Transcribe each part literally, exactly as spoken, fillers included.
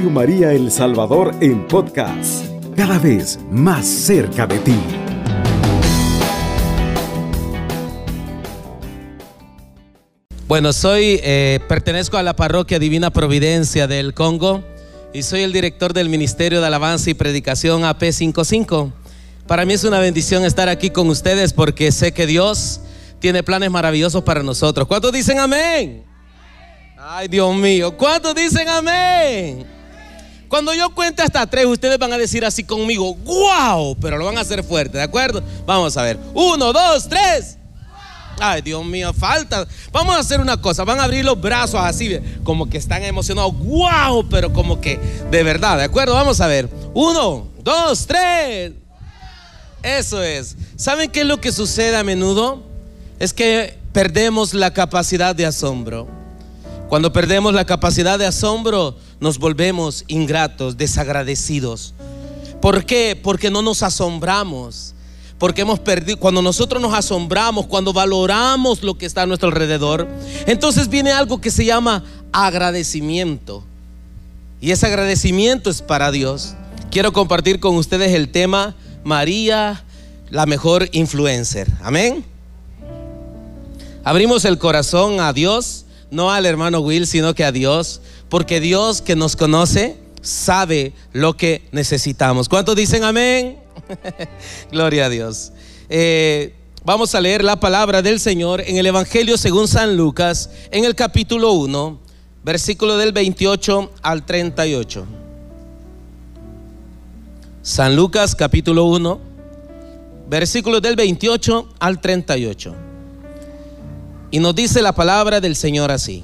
Radio María El Salvador en podcast, cada vez más cerca de ti. Bueno, soy, eh, pertenezco a la parroquia Divina Providencia del Congo y soy el director del Ministerio de Alabanza y Predicación A P cincuenta y cinco. Para mí es una bendición estar aquí con ustedes porque sé que Dios tiene planes maravillosos para nosotros. ¿Cuántos dicen amén? Ay, Dios mío, ¿cuántos dicen amén? Cuando yo cuente hasta tres, ustedes van a decir así conmigo, ¡wow! Pero lo van a hacer fuerte, ¿de acuerdo? Vamos a ver, uno, dos, tres. Ay, Dios mío, falta. Vamos a hacer una cosa, van a abrir los brazos así, como que están emocionados, ¡wow! Pero como que de verdad, ¿de acuerdo? Vamos a ver, uno, dos, tres. Eso es. ¿Saben qué es lo que sucede a menudo? Es que perdemos la capacidad de asombro. Cuando perdemos la capacidad de asombro, nos volvemos ingratos, desagradecidos. ¿Por qué? Porque no nos asombramos. Porque hemos perdido. Cuando nosotros nos asombramos, cuando valoramos lo que está a nuestro alrededor, entonces viene algo que se llama agradecimiento. Y ese agradecimiento es para Dios. Quiero compartir con ustedes el tema María, la mejor influencer. Amén. Abrimos el corazón a Dios, no al hermano Will, sino que a Dios, porque Dios que nos conoce sabe lo que necesitamos. ¿Cuántos dicen amén? Gloria a Dios. eh, Vamos a leer la palabra del Señor en el Evangelio según San Lucas, en el capítulo uno, versículo del veintiocho al treinta y ocho. San Lucas capítulo uno, versículos del veintiocho al treinta y ocho. Y nos dice la palabra del Señor así: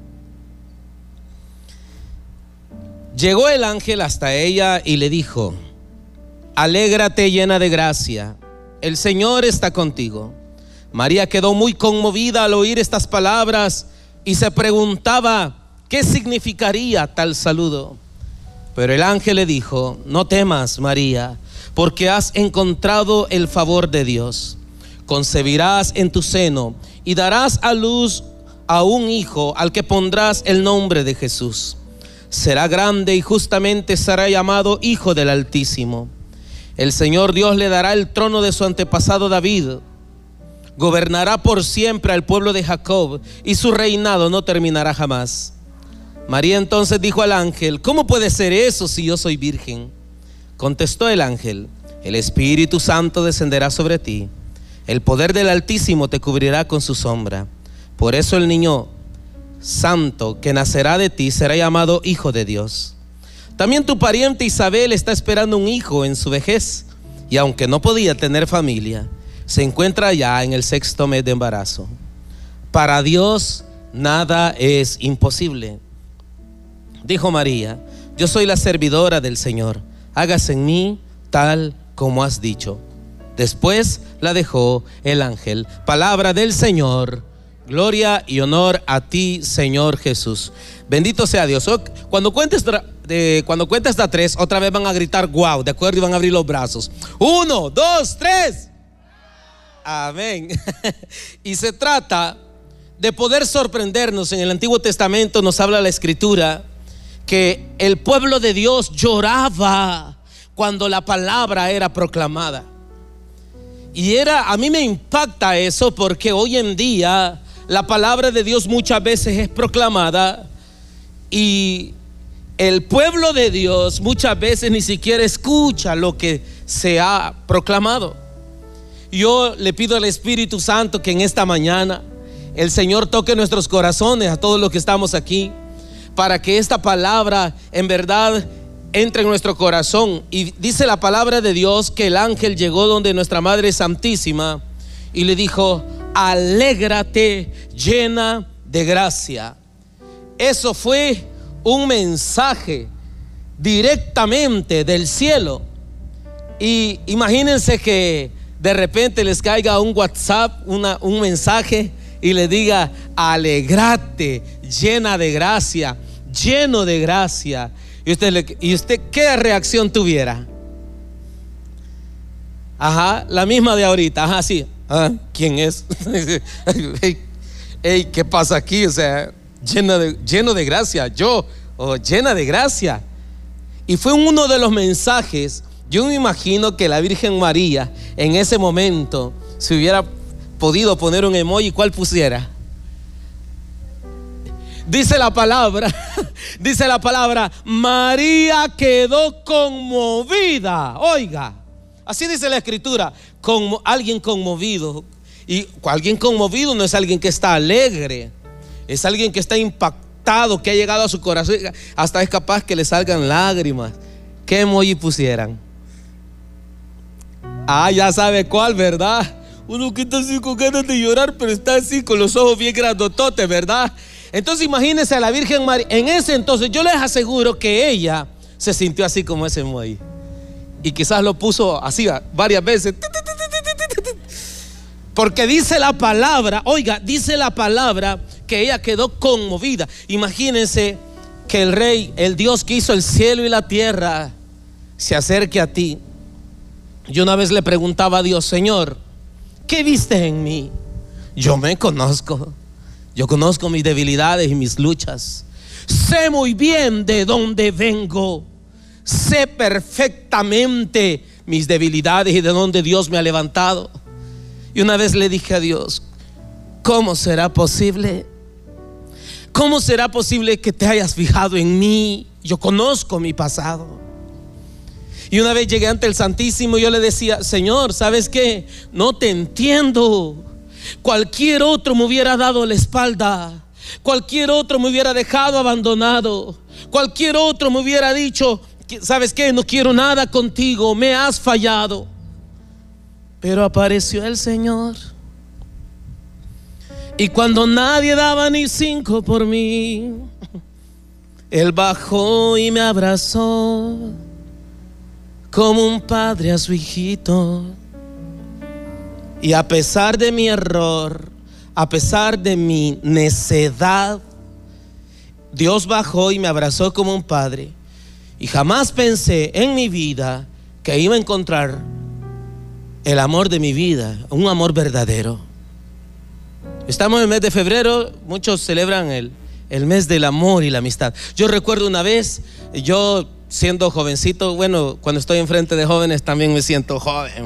llegó el ángel hasta ella y le dijo: alégrate, llena de gracia, el Señor está contigo. María quedó muy conmovida al oír estas palabras y se preguntaba qué significaría tal saludo. Pero el ángel le dijo: no temas, María, porque has encontrado el favor de Dios. Concebirás en tu seno y darás a luz a un hijo, al que pondrás el nombre de Jesús. Será grande y justamente será llamado Hijo del Altísimo. El Señor Dios le dará el trono de su antepasado David. Gobernará por siempre al pueblo de Jacob, y su reinado no terminará jamás. María entonces dijo al ángel: ¿cómo puede ser eso si yo soy virgen? Contestó el ángel: el Espíritu Santo descenderá sobre ti, el poder del Altísimo te cubrirá con su sombra. Por eso el niño santo que nacerá de ti será llamado Hijo de Dios. También tu pariente Isabel está esperando un hijo en su vejez, y aunque no podía tener familia, se encuentra ya en el sexto mes de embarazo. Para Dios nada es imposible. Dijo María: yo soy la servidora del Señor, hágase en mí tal como has dicho. Después la dejó el ángel. Palabra del Señor. Gloria y honor a ti, Señor Jesús. Bendito sea Dios. Cuando cuentes, eh, cuando cuentes hasta tres, otra vez van a gritar wow, ¿de acuerdo? Y van a abrir los brazos. Uno, dos, tres. Amén. Y se trata de poder sorprendernos. En el Antiguo Testamento nos habla la Escritura que el pueblo de Dios lloraba cuando la palabra era proclamada. Y era, a mí me impacta eso, porque hoy en día la palabra de Dios muchas veces es proclamada y el pueblo de Dios muchas veces ni siquiera escucha lo que se ha proclamado. Yo le pido al Espíritu Santo que en esta mañana el Señor toque nuestros corazones a todos los que estamos aquí, para que esta palabra en verdad entre en nuestro corazón. Y dice la palabra de Dios que el ángel llegó donde nuestra Madre Santísima y le dijo: alégrate, llena de gracia. Eso fue un mensaje directamente del cielo. Y imagínense que de repente les caiga un WhatsApp, una, un mensaje y le diga: alégrate, llena de gracia, lleno de gracia. Y usted, le, ¿y usted qué reacción tuviera? Ajá, la misma de ahorita. Ajá, sí. Ah, ¿quién es? Hey, hey, ¿qué pasa aquí? O sea, lleno de, lleno de gracia. Yo, oh, llena de gracia. Y fue uno de los mensajes. Yo me imagino que la Virgen María en ese momento, si hubiera podido poner un emoji, ¿cuál pusiera? Dice la palabra, dice la palabra, María quedó conmovida. Oiga, así dice la escritura, con, alguien conmovido. Y alguien conmovido no es alguien que está alegre, es alguien que está impactado, que ha llegado a su corazón, hasta es capaz que le salgan lágrimas. ¿Qué emoji pusieran? Ah, ya sabe cuál, ¿verdad? Uno que está así con ganas de llorar, pero está así con los ojos bien grandototes, ¿verdad? Entonces imagínense a la Virgen María. En ese entonces yo les aseguro que ella se sintió así como ese emoji. Y quizás lo puso así varias veces. Porque dice la palabra, oiga, dice la palabra que ella quedó conmovida. Imagínense que el Rey, el Dios que hizo el cielo y la tierra, se acerque a ti. Yo una vez le preguntaba a Dios: Señor, ¿qué viste en mí? Yo me conozco. Yo conozco mis debilidades y mis luchas. Sé muy bien de dónde vengo. Sé perfectamente mis debilidades y de dónde Dios me ha levantado. Y una vez le dije a Dios: ¿cómo será posible? ¿Cómo será posible que te hayas fijado en mí? Yo conozco mi pasado. Y una vez llegué ante el Santísimo y yo le decía: Señor, ¿sabes qué? No te entiendo. Cualquier otro me hubiera dado la espalda. Cualquier otro me hubiera dejado abandonado. Cualquier otro me hubiera dicho: ¿sabes qué? No quiero nada contigo, me has fallado. Pero apareció el Señor. Y cuando nadie daba ni cinco por mí, Él bajó y me abrazó como un padre a su hijito. Y a pesar de mi error, a pesar de mi necedad, Dios bajó y me abrazó como un padre. Y jamás pensé en mi vida que iba a encontrar el amor de mi vida, un amor verdadero. Estamos en el mes de febrero, muchos celebran el, el mes del amor y la amistad. Yo recuerdo una vez, yo siendo jovencito, bueno, cuando estoy enfrente de jóvenes también me siento joven.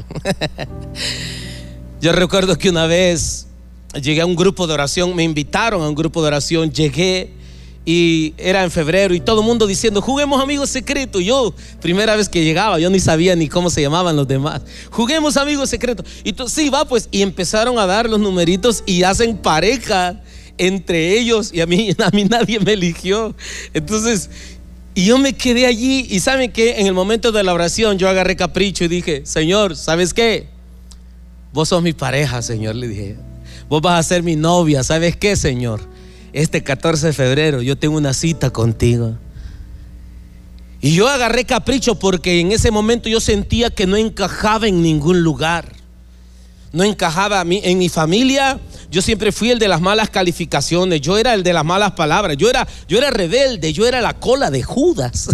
Yo recuerdo que una vez llegué a un grupo de oración, me invitaron a un grupo de oración, llegué y era en febrero y todo el mundo diciendo: juguemos amigos secretos. Yo, primera vez que llegaba, yo ni sabía ni cómo se llamaban los demás. Juguemos amigos secretos. Y tú, sí, va pues. Y empezaron a dar los numeritos y hacen pareja entre ellos. Y a mí, a mí nadie me eligió. Entonces, y yo me quedé allí. Y ¿saben qué? En el momento de la oración yo agarré capricho y dije: Señor, ¿sabes qué? Vos sos mi pareja, Señor, le dije. Vos vas a ser mi novia. ¿Sabes qué, Señor? Este catorce de febrero yo tengo una cita contigo. Y yo agarré capricho porque en ese momento yo sentía que no encajaba en ningún lugar. No encajaba a mí, en mi familia. Yo siempre fui el de las malas calificaciones. Yo era el de las malas palabras. Yo era, yo era rebelde. Yo era la cola de Judas.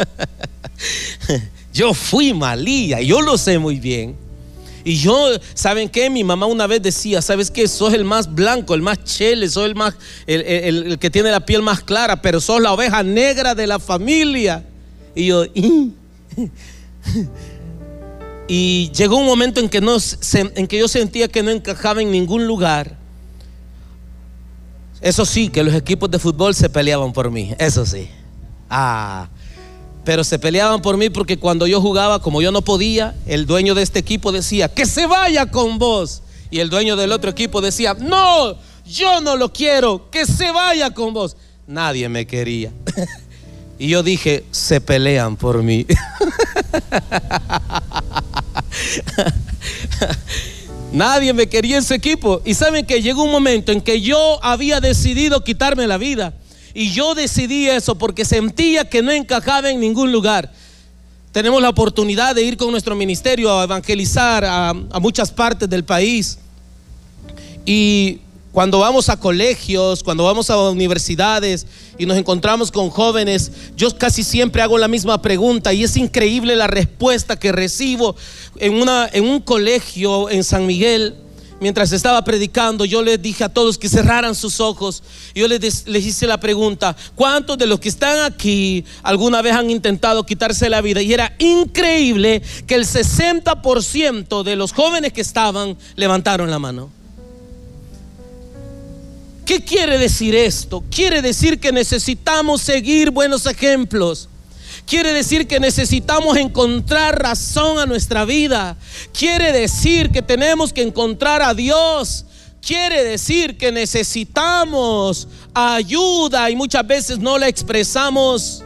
Yo fui malía. Yo lo sé muy bien. Y yo, ¿saben qué? Mi mamá una vez decía: ¿sabes qué? Sos el más blanco, el más chele, sos el más el, el, el que tiene la piel más clara, pero sos la oveja negra de la familia. Y yo ¿y? Y llegó un momento en que, no, en que yo sentía que no encajaba en ningún lugar. Eso sí, que los equipos de fútbol se peleaban por mí. Eso sí. Ah Pero se peleaban por mí porque cuando yo jugaba, como yo no podía, el dueño de este equipo decía: que se vaya con vos. Y el dueño del otro equipo decía: no, yo no lo quiero, que se vaya con vos. Nadie me quería. Y yo dije: se pelean por mí. Nadie me quería en su equipo. Y saben que llegó un momento en que yo había decidido quitarme la vida. Y yo decidí eso porque sentía que no encajaba en ningún lugar. Tenemos la oportunidad de ir con nuestro ministerio a evangelizar a, a muchas partes del país. Y cuando vamos a colegios, cuando vamos a universidades y nos encontramos con jóvenes, yo casi siempre hago la misma pregunta y es increíble la respuesta que recibo. En, una, en un colegio en San Miguel mientras estaba predicando, yo les dije a todos que cerraran sus ojos. Yo les, les hice la pregunta: ¿cuántos de los que están aquí alguna vez han intentado quitarse la vida? Y era increíble que el sesenta por ciento de los jóvenes que estaban levantaron la mano. ¿Qué quiere decir esto? Quiere decir que necesitamos seguir buenos ejemplos. Quiere decir que necesitamos encontrar razón a nuestra vida. Quiere decir que tenemos que encontrar a Dios. Quiere decir que necesitamos ayuda y muchas veces no la expresamos.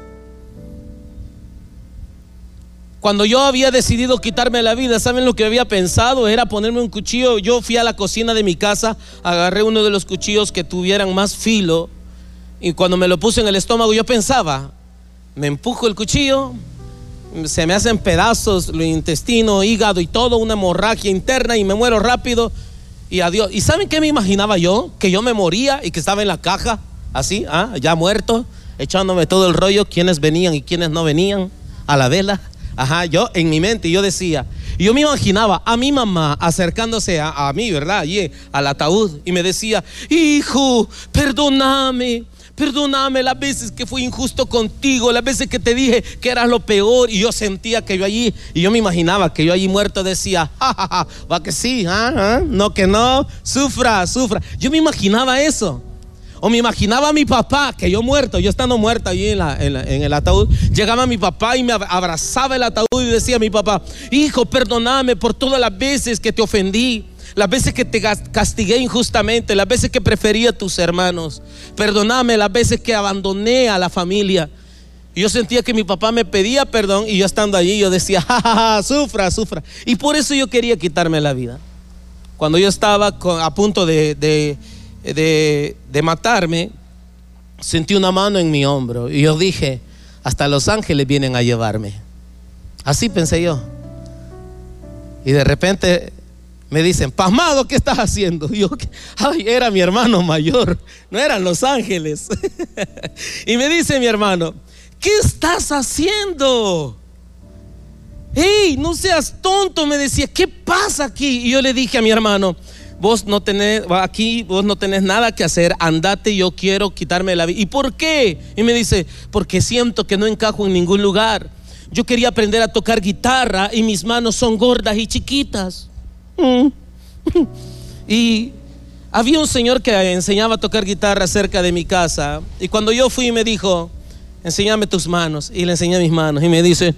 Cuando yo había decidido quitarme la vida, ¿saben lo que había pensado? Era ponerme un cuchillo. Yo fui a la cocina de mi casa, agarré uno de los cuchillos que tuvieran más filo, y cuando me lo puse en el estómago, yo pensaba: me empujo el cuchillo, se me hacen pedazos el intestino, hígado y todo, una hemorragia interna, y me muero rápido y adiós. ¿Y saben qué me imaginaba yo? Que yo me moría y que estaba en la caja, así, ¿ah? ya muerto, echándome todo el rollo, quienes venían y quienes no venían a la vela. Ajá, yo en mi mente yo decía, y yo me imaginaba a mi mamá acercándose a, a mí, ¿verdad? Allí al ataúd, y me decía: hijo, perdóname, perdóname las veces que fui injusto contigo, las veces que te dije que eras lo peor. Y yo sentía que yo allí, y yo me imaginaba que yo allí muerto decía: ja, ja, ja, va que sí, ¿ah? ¿Ah? No que no, sufra, sufra. Yo me imaginaba eso. O me imaginaba a mi papá, que yo muerto, yo estando muerto allí en, la, en, la, en el ataúd, llegaba mi papá y me abrazaba el ataúd y decía a mi papá: hijo, perdóname por todas las veces que te ofendí, las veces que te castigué injustamente, las veces que preferí a tus hermanos. Perdóname las veces que abandoné a la familia. Y yo sentía que mi papá me pedía perdón, y yo estando allí yo decía: ja, ja, ja, sufra, sufra. Y por eso yo quería quitarme la vida. Cuando yo estaba a punto de... de De, de matarme, sentí una mano en mi hombro y yo dije: hasta los ángeles vienen a llevarme. Así pensé yo. Y de repente me dicen: pasmado, ¿qué estás haciendo? Y yo: ay, era mi hermano mayor, no eran los ángeles. Y me dice mi hermano: ¿qué estás haciendo? Hey, no seas tonto, me decía, ¿qué pasa aquí? Y yo le dije a mi hermano: vos no tenés, aquí vos no tenés nada que hacer, andate, yo quiero quitarme la vida. ¿Y por qué? Y me dice: porque siento que no encajo en ningún lugar. Yo quería aprender a tocar guitarra y mis manos son gordas y chiquitas. Mm. Y había un señor que enseñaba a tocar guitarra cerca de mi casa, y cuando yo fui me dijo: enséñame tus manos. Y le enseñé mis manos y me dice: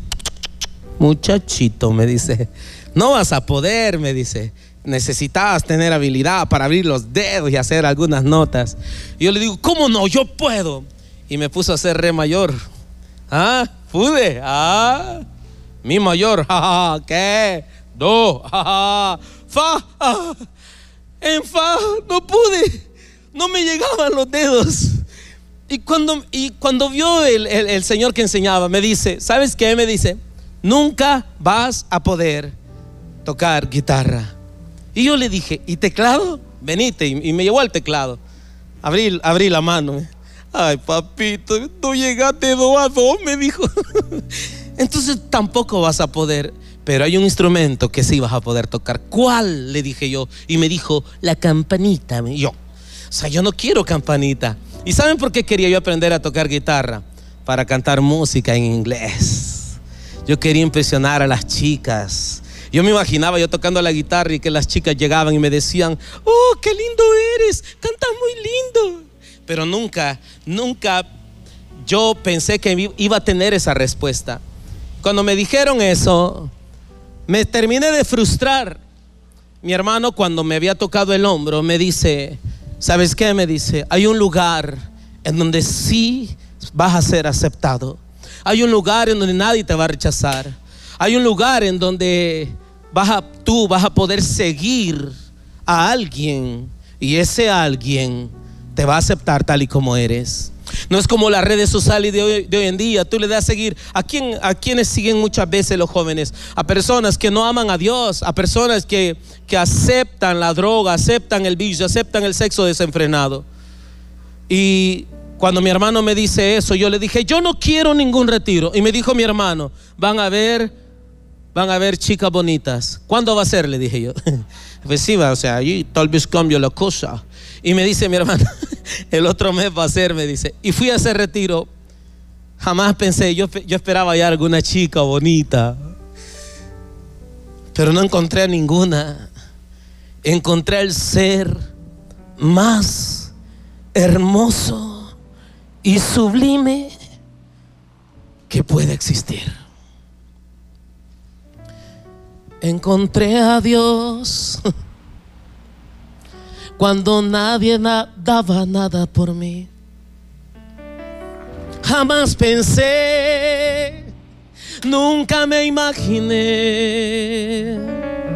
muchachito, me dice, no vas a poder, me dice. Necesitabas tener habilidad para abrir los dedos y hacer algunas notas. Y yo le digo: ¿cómo no? Yo puedo. Y me puso a hacer re mayor. Ah, pude. Ah, mi mayor. Ja, ja, ¿qué? Do. Ja, ja. Fa. Ah. En fa no pude. No me llegaban los dedos. Y cuando, y cuando vio el, el, el señor que enseñaba, me dice: ¿sabes qué? Me dice: nunca vas a poder tocar guitarra. Y yo le dije: ¿y teclado? Venite. Y, y me llevó al teclado. Abrí, abrí la mano. Ay, papito, no llegaste dos a dos, me dijo. Entonces tampoco vas a poder. Pero hay un instrumento que sí vas a poder tocar. ¿Cuál? Le dije yo. Y me dijo: la campanita. Y yo, o sea, yo no quiero campanita. ¿Y saben por qué quería yo aprender a tocar guitarra? Para cantar música en inglés. Yo quería impresionar a las chicas. Yo me imaginaba yo tocando la guitarra y que las chicas llegaban y me decían: oh, qué lindo eres, cantas muy lindo. Pero nunca, nunca yo pensé que iba a tener esa respuesta. Cuando me dijeron eso, me terminé de frustrar. Mi hermano, cuando me había tocado el hombro, me dice: ¿sabes qué? Me dice: hay un lugar en donde sí vas a ser aceptado. Hay un lugar en donde nadie te va a rechazar. Hay un lugar en donde vas a, tú vas a poder seguir a alguien, y ese alguien te va a aceptar tal y como eres. No es como las redes sociales de hoy, de hoy en día. Tú le das a seguir a quién, a quienes siguen muchas veces los jóvenes, a personas que no aman a Dios, a personas que, que aceptan la droga, aceptan el vicio, aceptan el sexo desenfrenado. Y cuando mi hermano me dice eso, yo le dije: yo no quiero ningún retiro. Y me dijo mi hermano: van a ver Van a ver chicas bonitas. ¿Cuándo va a ser? Le dije yo. Pues sí, o sea, ahí tal vez cambio la cosa. Y me dice mi hermano, el otro mes va a ser, me dice, y fui a ese retiro. Jamás pensé, yo, yo esperaba hallar alguna chica bonita, pero no encontré a ninguna. Encontré al ser más hermoso y sublime que puede existir. Encontré a Dios cuando nadie na- daba nada por mí. Jamás pensé, nunca me imaginé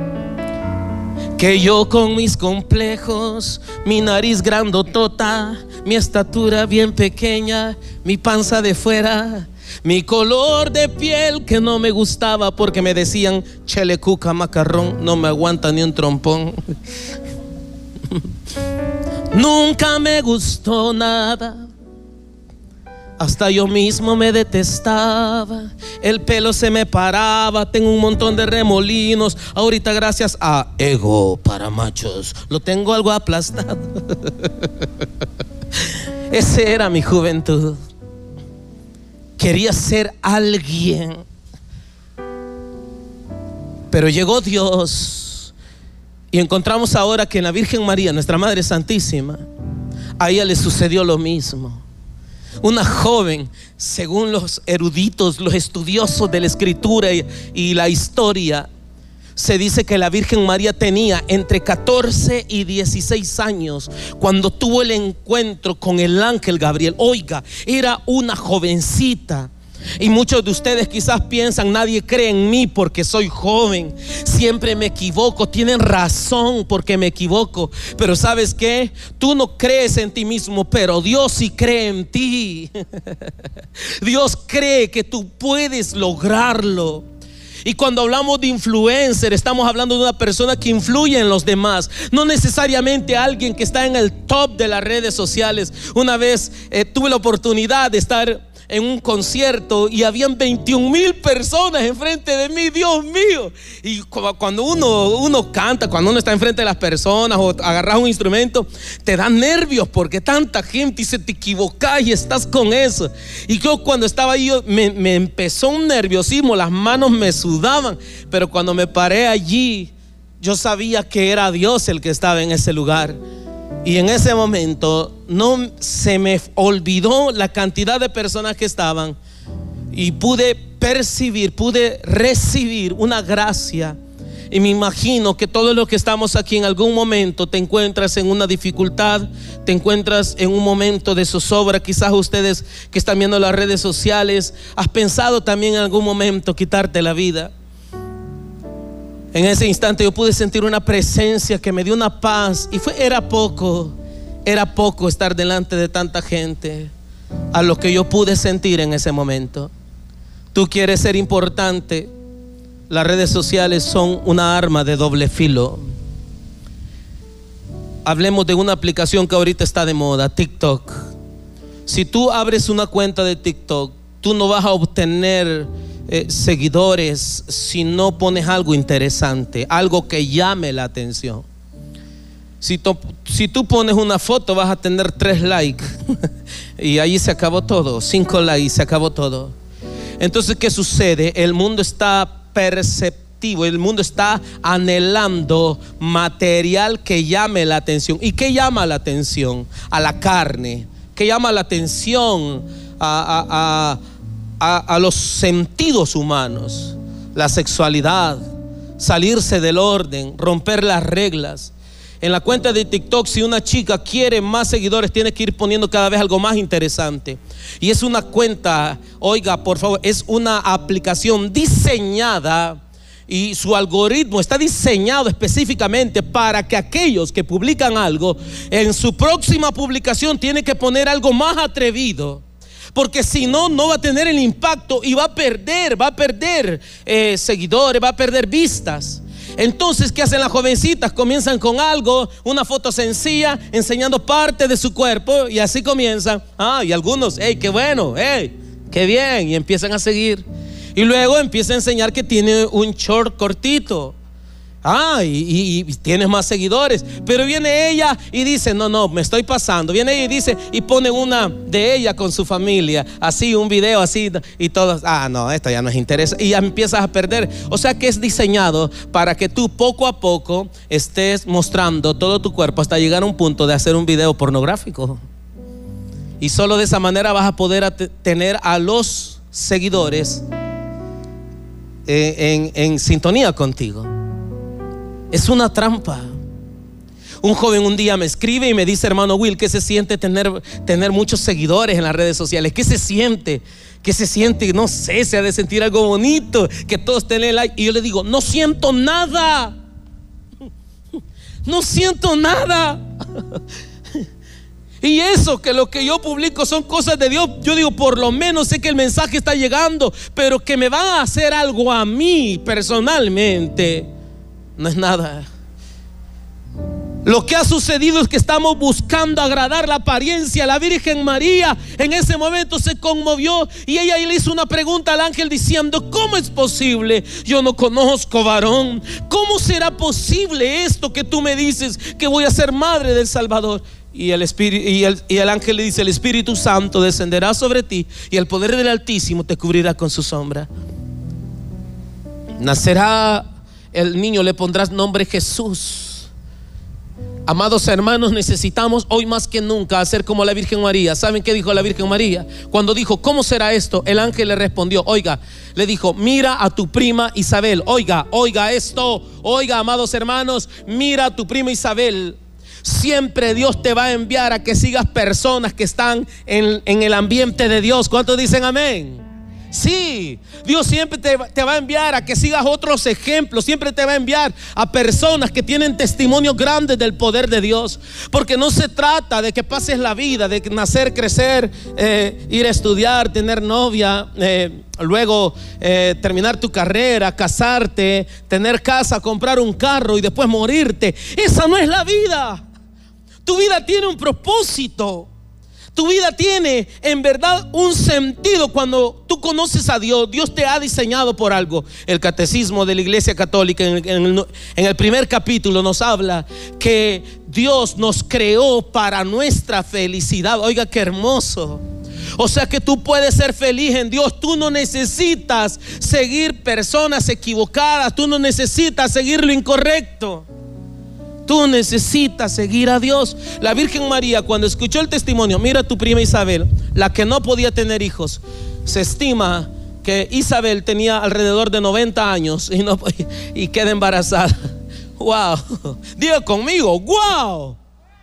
que yo con mis complejos, mi nariz grandotota, mi estatura bien pequeña, mi panza de fuera, mi color de piel que no me gustaba porque me decían chele cuca macarrón, no me aguanta ni un trompón. Nunca me gustó nada. Hasta yo mismo me detestaba. El pelo se me paraba. Tengo un montón de remolinos. Ahorita gracias a Ego para Machos lo tengo algo aplastado. Ese era mi juventud. Quería ser alguien. Pero llegó Dios y encontramos ahora que en la Virgen María, nuestra Madre Santísima, a ella le sucedió lo mismo. Una joven, según los eruditos, los estudiosos de la escritura y, y la historia, se dice que la Virgen María tenía entre catorce y dieciséis años cuando tuvo el encuentro con el ángel Gabriel. Oiga, era una jovencita. Y muchos de ustedes quizás piensan, nadie cree en mí porque soy joven, siempre me equivoco. Tienen razón porque me equivoco, pero ¿sabes qué? Tú no crees en ti mismo, pero Dios sí cree en ti. Dios cree que tú puedes lograrlo. Y cuando hablamos de influencer, estamos hablando de una persona que influye en los demás, no necesariamente alguien que está en el top de las redes sociales. Una vez eh, tuve la oportunidad de estar en un concierto y habían veintiún mil personas enfrente de mí. Dios mío. Y cuando uno, uno canta, cuando uno está enfrente de las personas o agarras un instrumento, te da nervios porque tanta gente y se te equivocas y estás con eso. Y yo cuando estaba ahí yo, me, me empezó un nerviosismo, las manos me sudaban, pero cuando me paré allí yo sabía que era Dios el que estaba en ese lugar. Y en ese momento no se me olvidó la cantidad de personas que estaban y pude percibir, pude recibir una gracia. Y me imagino que todos los que estamos aquí en algún momento te encuentras en una dificultad, te encuentras en un momento de zozobra. Quizás ustedes que están viendo las redes sociales, has pensado también en algún momento quitarte la vida. En ese instante yo pude sentir una presencia que me dio una paz. Y fue, era poco, era poco estar delante de tanta gente a lo que yo pude sentir en ese momento. Tú quieres ser importante. Las redes sociales son una arma de doble filo. Hablemos de una aplicación que ahorita está de moda, TikTok. Si tú abres una cuenta de TikTok, tú no vas a obtener Eh, seguidores si no pones algo interesante, algo que llame la atención. Si, to, si tú pones una foto vas a tener tres likes y ahí se acabó todo, cinco likes, se acabó todo. Entonces, ¿qué sucede? El mundo está perceptivo, el mundo está anhelando material que llame la atención. ¿Y qué llama la atención? A la carne. ¿Qué llama la atención? A, a, a A, a los sentidos humanos, la sexualidad, salirse del orden, romper las reglas. En la cuenta de TikTok, si una chica quiere más seguidores, tiene que ir poniendo cada vez algo más interesante. Y es una cuenta, oiga, por favor, es una aplicación diseñada y su algoritmo está diseñado específicamente para que aquellos que publican algo, en su próxima publicación tienen que poner algo más atrevido. Porque si no, no va a tener el impacto y va a perder, va a perder eh, seguidores, va a perder vistas. Entonces, ¿qué hacen las jovencitas? Comienzan con algo, una foto sencilla, enseñando parte de su cuerpo, y así comienzan. Ah, y algunos, hey, qué bueno, hey, qué bien, y empiezan a seguir. Y luego empieza a enseñar que tiene un short cortito. Ah, y, y, y tienes más seguidores. Pero viene ella y dice, no, no, me estoy pasando. Viene ella y dice, y pone una de ella con su familia, así, un video así, y todos, ah, no, esto ya no es interés. Y ya empiezas a perder. O sea que es diseñado para que tú poco a poco estés mostrando todo tu cuerpo hasta llegar a un punto de hacer un video pornográfico. Y solo de esa manera vas a poder tener a los seguidores en, en, en sintonía contigo. Es una trampa. Un joven un día me escribe y me dice, hermano Will, ¿qué se siente tener, tener muchos seguidores en las redes sociales? ¿Qué se siente? ¿Qué se siente? No sé, se ha de sentir algo bonito, que todos tengan like. Y yo le digo, no siento nada. No siento nada. Y eso, que lo que yo publico son cosas de Dios, yo digo, por lo menos sé que el mensaje está llegando. Pero que me van a hacer algo a mí personalmente, no es nada. Lo que ha sucedido es que estamos buscando agradar la apariencia. La Virgen María en ese momento se conmovió y ella le hizo una pregunta al ángel diciendo, ¿cómo es posible? Yo no conozco varón. ¿Cómo será posible esto que tú me dices, que voy a ser madre del Salvador? Y el, espíritu, y, el, y el ángel le dice, el Espíritu Santo descenderá sobre ti y el poder del Altísimo te cubrirá con su sombra. Nacerá el niño, le pondrás nombre Jesús. Amados hermanos, necesitamos hoy más que nunca hacer como la Virgen María. ¿Saben qué dijo la Virgen María? Cuando dijo, ¿cómo será esto? El ángel le respondió, oiga, le dijo, mira a tu prima Isabel. Oiga, oiga esto. Oiga, amados hermanos, mira a tu prima Isabel. Siempre Dios te va a enviar a que sigas personas que están en, en el ambiente de Dios. ¿Cuántos dicen amén? Sí, Dios siempre te, te va a enviar a que sigas otros ejemplos. Siempre te va a enviar a personas que tienen testimonios grandes del poder de Dios. Porque no se trata de que pases la vida, de nacer, crecer, eh, ir a estudiar, tener novia, eh, luego eh, terminar tu carrera, casarte, tener casa, comprar un carro y después morirte. Esa no es la vida. Tu vida tiene un propósito. Tu vida tiene en verdad un sentido cuando tú conoces a Dios. Dios te ha diseñado por algo. El catecismo de la Iglesia Católica en el, en el, en el primer capítulo nos habla que Dios nos creó para nuestra felicidad. Oiga, qué hermoso. O sea que tú puedes ser feliz en Dios. Tú no necesitas seguir personas equivocadas. Tú no necesitas seguir lo incorrecto. Tú necesitas seguir a Dios. La Virgen María, cuando escuchó el testimonio, mira a tu prima Isabel, la que no podía tener hijos. Se estima que Isabel tenía alrededor de noventa años y, no, y queda embarazada. Wow. Diga conmigo, wow.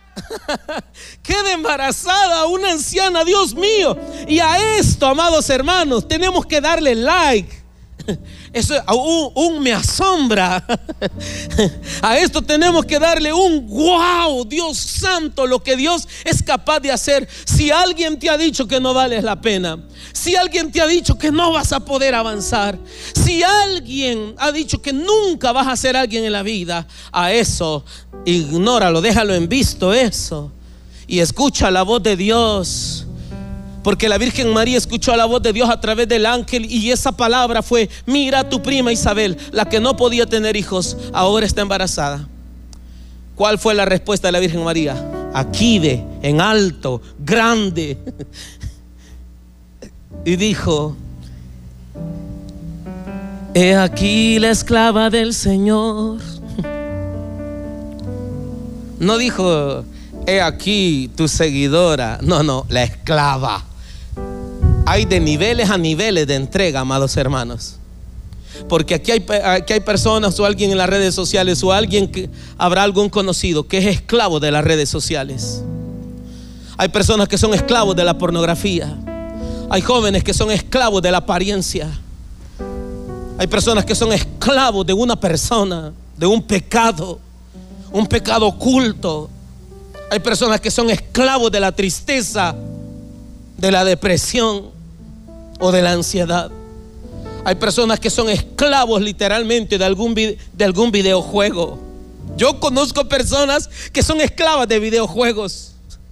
Queda embarazada una anciana, Dios mío. Y a esto, amados hermanos, tenemos que darle like. Eso un, un me asombra. A esto tenemos que darle un wow. Dios santo, lo que Dios es capaz de hacer. Si alguien te ha dicho que no vales la pena, si alguien te ha dicho que no vas a poder avanzar, si alguien ha dicho que nunca vas a ser alguien en la vida, a eso ignóralo, déjalo en visto eso y escucha la voz de Dios. Porque la Virgen María escuchó la voz de Dios a través del ángel y esa palabra fue, mira a tu prima Isabel, la que no podía tener hijos, ahora está embarazada. ¿Cuál fue la respuesta de la Virgen María? Aquí de, en alto, grande. Y dijo, he aquí la esclava del Señor. No dijo, he aquí tu seguidora. No, no, la esclava. Hay de niveles a niveles de entrega, amados hermanos. Porque aquí hay, aquí hay personas o alguien en las redes sociales o alguien que habrá algún conocido que es esclavo de las redes sociales. Hay personas que son esclavos de la pornografía. Hay jóvenes que son esclavos de la apariencia. Hay personas que son esclavos de una persona, de un pecado, un pecado oculto. Hay personas que son esclavos de la tristeza, de la depresión o de la ansiedad. Hay personas que son esclavos literalmente de algún, de algún videojuego. Yo conozco personas que son esclavas de videojuegos.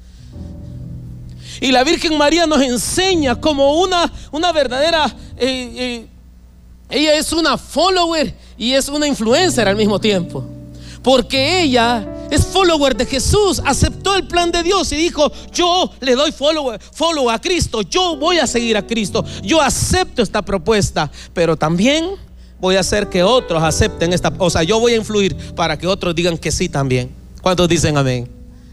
Y la Virgen María nos enseña como una, una verdadera eh, eh, ella es una follower y es una influencer al mismo tiempo, porque ella es follower de Jesús, aceptó el plan de Dios y dijo: yo le doy follow, follow a Cristo, yo voy a seguir a Cristo, yo acepto esta propuesta, pero también voy a hacer que otros acepten esta, o sea, yo voy a influir para que otros digan que sí también. ¿Cuántos dicen amén?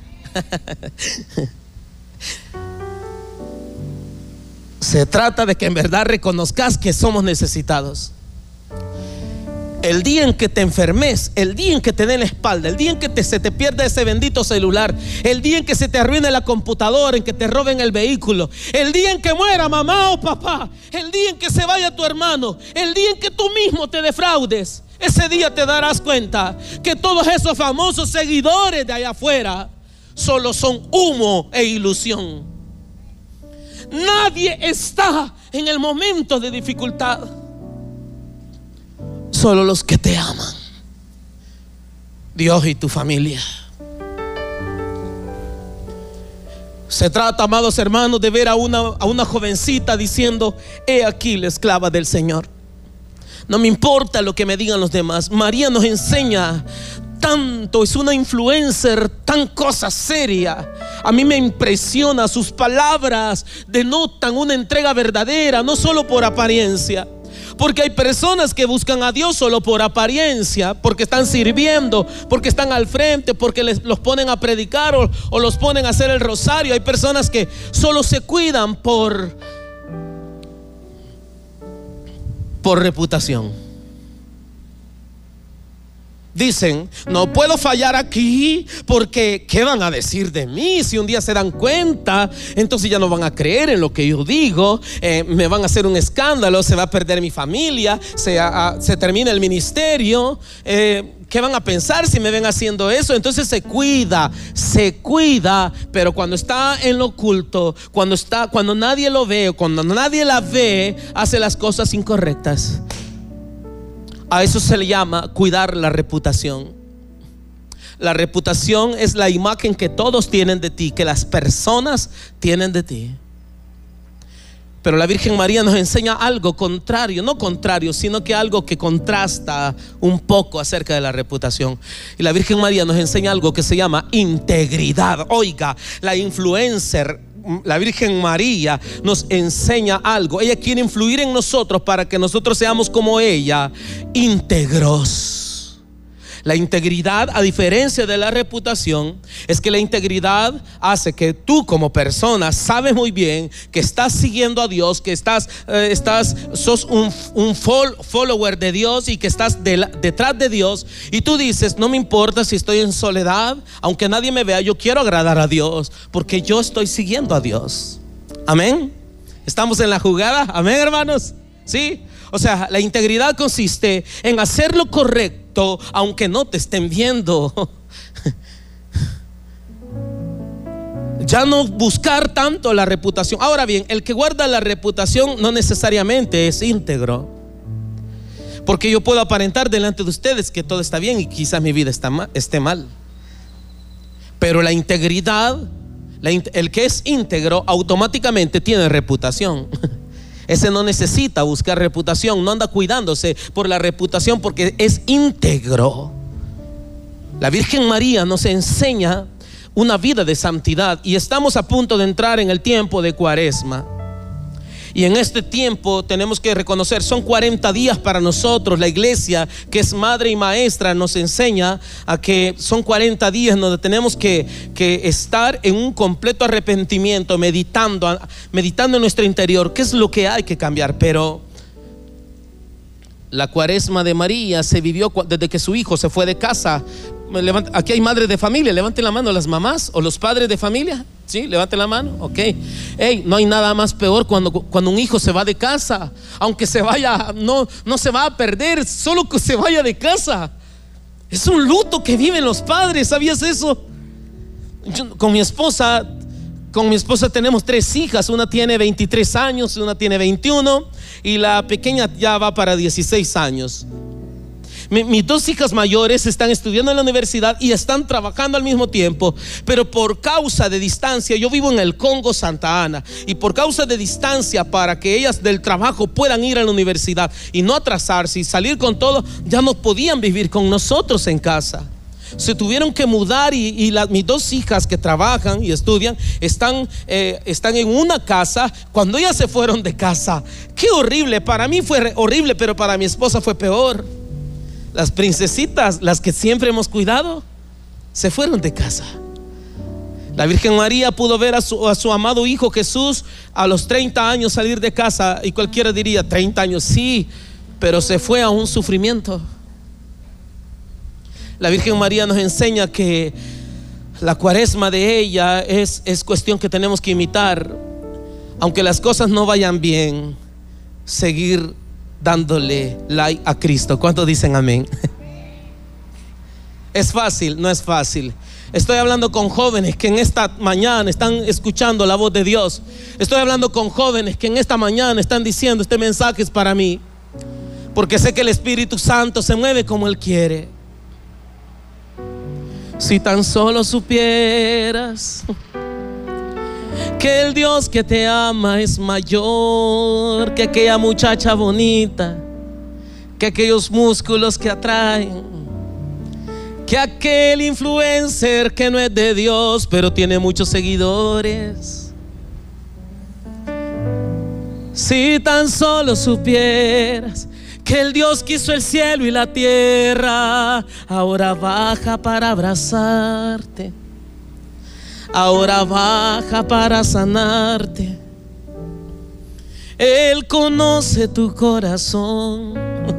Se trata de que en verdad reconozcas que somos necesitados. El día en que te enfermes, el día en que te den la espalda, el día en que te, se te pierda ese bendito celular, el día en que se te arruine la computadora, en que te roben el vehículo, el día en que muera mamá o papá, el día en que se vaya tu hermano, el día en que tú mismo te defraudes, ese día te darás cuenta que todos esos famosos seguidores de allá afuera solo son humo e ilusión. Nadie está en el momento de dificultad, solo los que te aman, Dios y tu familia. Se trata, amados hermanos, de ver a una, a una jovencita diciendo: he aquí la esclava del Señor. No me importa lo que me digan los demás. María nos enseña tanto, es una influencer tan cosa seria. A mí me impresiona, sus palabras denotan una entrega verdadera, no solo por apariencia. Porque hay personas que buscan a Dios solo por apariencia, porque están sirviendo, porque están al frente, porque les, los ponen a predicar o, o los ponen a hacer el rosario. Hay personas que solo se cuidan por, por reputación. Dicen: no puedo fallar aquí porque ¿qué van a decir de mí? Si un día se dan cuenta, entonces ya no van a creer en lo que yo digo, eh, me van a hacer un escándalo, se va a perder mi familia, se, a, se termina el ministerio, eh, ¿qué van a pensar si me ven haciendo eso? Entonces se cuida, se cuida, pero cuando está en lo oculto, cuando está, cuando nadie lo ve, cuando nadie la ve, hace las cosas incorrectas. A eso se le llama cuidar la reputación. La reputación es la imagen que todos tienen de ti, que las personas tienen de ti. Pero la Virgen María nos enseña algo contrario, no contrario, sino que algo que contrasta un poco acerca de la reputación. Y la Virgen María nos enseña algo que se llama integridad. Oiga, la influencer, la Virgen María, nos enseña algo. Ella quiere influir en nosotros para que nosotros seamos como ella, íntegros. La integridad, a diferencia de la reputación, es que la integridad hace que tú como persona sabes muy bien que estás siguiendo a Dios, que estás, eh, estás sos un, un follower de Dios y que estás de la, detrás de Dios, y tú dices: no me importa si estoy en soledad, aunque nadie me vea, yo quiero agradar a Dios porque yo estoy siguiendo a Dios. Amén. ¿Estamos en la jugada? Amén, hermanos. Sí. O sea, la integridad consiste en hacer lo correcto aunque no te estén viendo. Ya no buscar tanto la reputación. Ahora bien, el que guarda la reputación no necesariamente es íntegro, porque yo puedo aparentar delante de ustedes que todo está bien y quizás mi vida está mal, esté mal. Pero la integridad, la, el que es íntegro automáticamente tiene reputación. Ese no necesita buscar reputación, no anda cuidándose por la reputación porque es íntegro. La Virgen María nos enseña una vida de santidad, y estamos a punto de entrar en el tiempo de Cuaresma. Y en este tiempo tenemos que reconocer, son cuarenta días para nosotros. La iglesia, que es madre y maestra, nos enseña a que son cuarenta días donde tenemos que, que estar en un completo arrepentimiento, meditando, meditando en nuestro interior qué es lo que hay que cambiar. Pero la Cuaresma de María se vivió desde que su hijo se fue de casa. Aquí hay madres de familia, levanten la mano las mamás o los padres de familia. Sí, levanten la mano, ok. Hey, no hay nada más peor cuando, cuando un hijo se va de casa. Aunque se vaya, no, no se va a perder, solo que se vaya de casa. Es un luto que viven los padres, ¿sabías eso? Yo, con mi esposa, con mi esposa tenemos tres hijas. Una tiene veintitrés años, una tiene veintiuno y la pequeña ya va para dieciséis años. Mi, mis dos hijas mayores están estudiando en la universidad y están trabajando al mismo tiempo, pero por causa de distancia, yo vivo en el Congo, Santa Ana, y por causa de distancia, para que ellas del trabajo puedan ir a la universidad y no atrasarse y salir con todo, ya no podían vivir con nosotros en casa. Se tuvieron que mudar y, y la, mis dos hijas que trabajan y estudian están, eh, están en una casa. Cuando ellas se fueron de casa, qué horrible, para mí fue horrible, pero para mi esposa fue peor. Las princesitas, las que siempre hemos cuidado, se fueron de casa. La Virgen María pudo ver a su, a su amado hijo Jesús a los treinta años salir de casa, y cualquiera diría, treinta años, sí, pero se fue a un sufrimiento. La Virgen María nos enseña que la cuaresma de ella es, es cuestión que tenemos que imitar. Aunque las cosas no vayan bien, seguir dándole like a Cristo. ¿Cuántos dicen amén? ¿Es fácil? No es fácil. Estoy hablando con jóvenes que en esta mañana están escuchando la voz de Dios. Estoy hablando con jóvenes que en esta mañana están diciendo: este mensaje es para mí, porque sé que el Espíritu Santo se mueve como Él quiere. Si tan solo supieras que el Dios que te ama es mayor que aquella muchacha bonita, que aquellos músculos que atraen, que aquel influencer que no es de Dios pero tiene muchos seguidores. Si tan solo supieras que el Dios que hizo el cielo y la tierra ahora baja para abrazarte, ahora baja para sanarte. Él conoce tu corazón.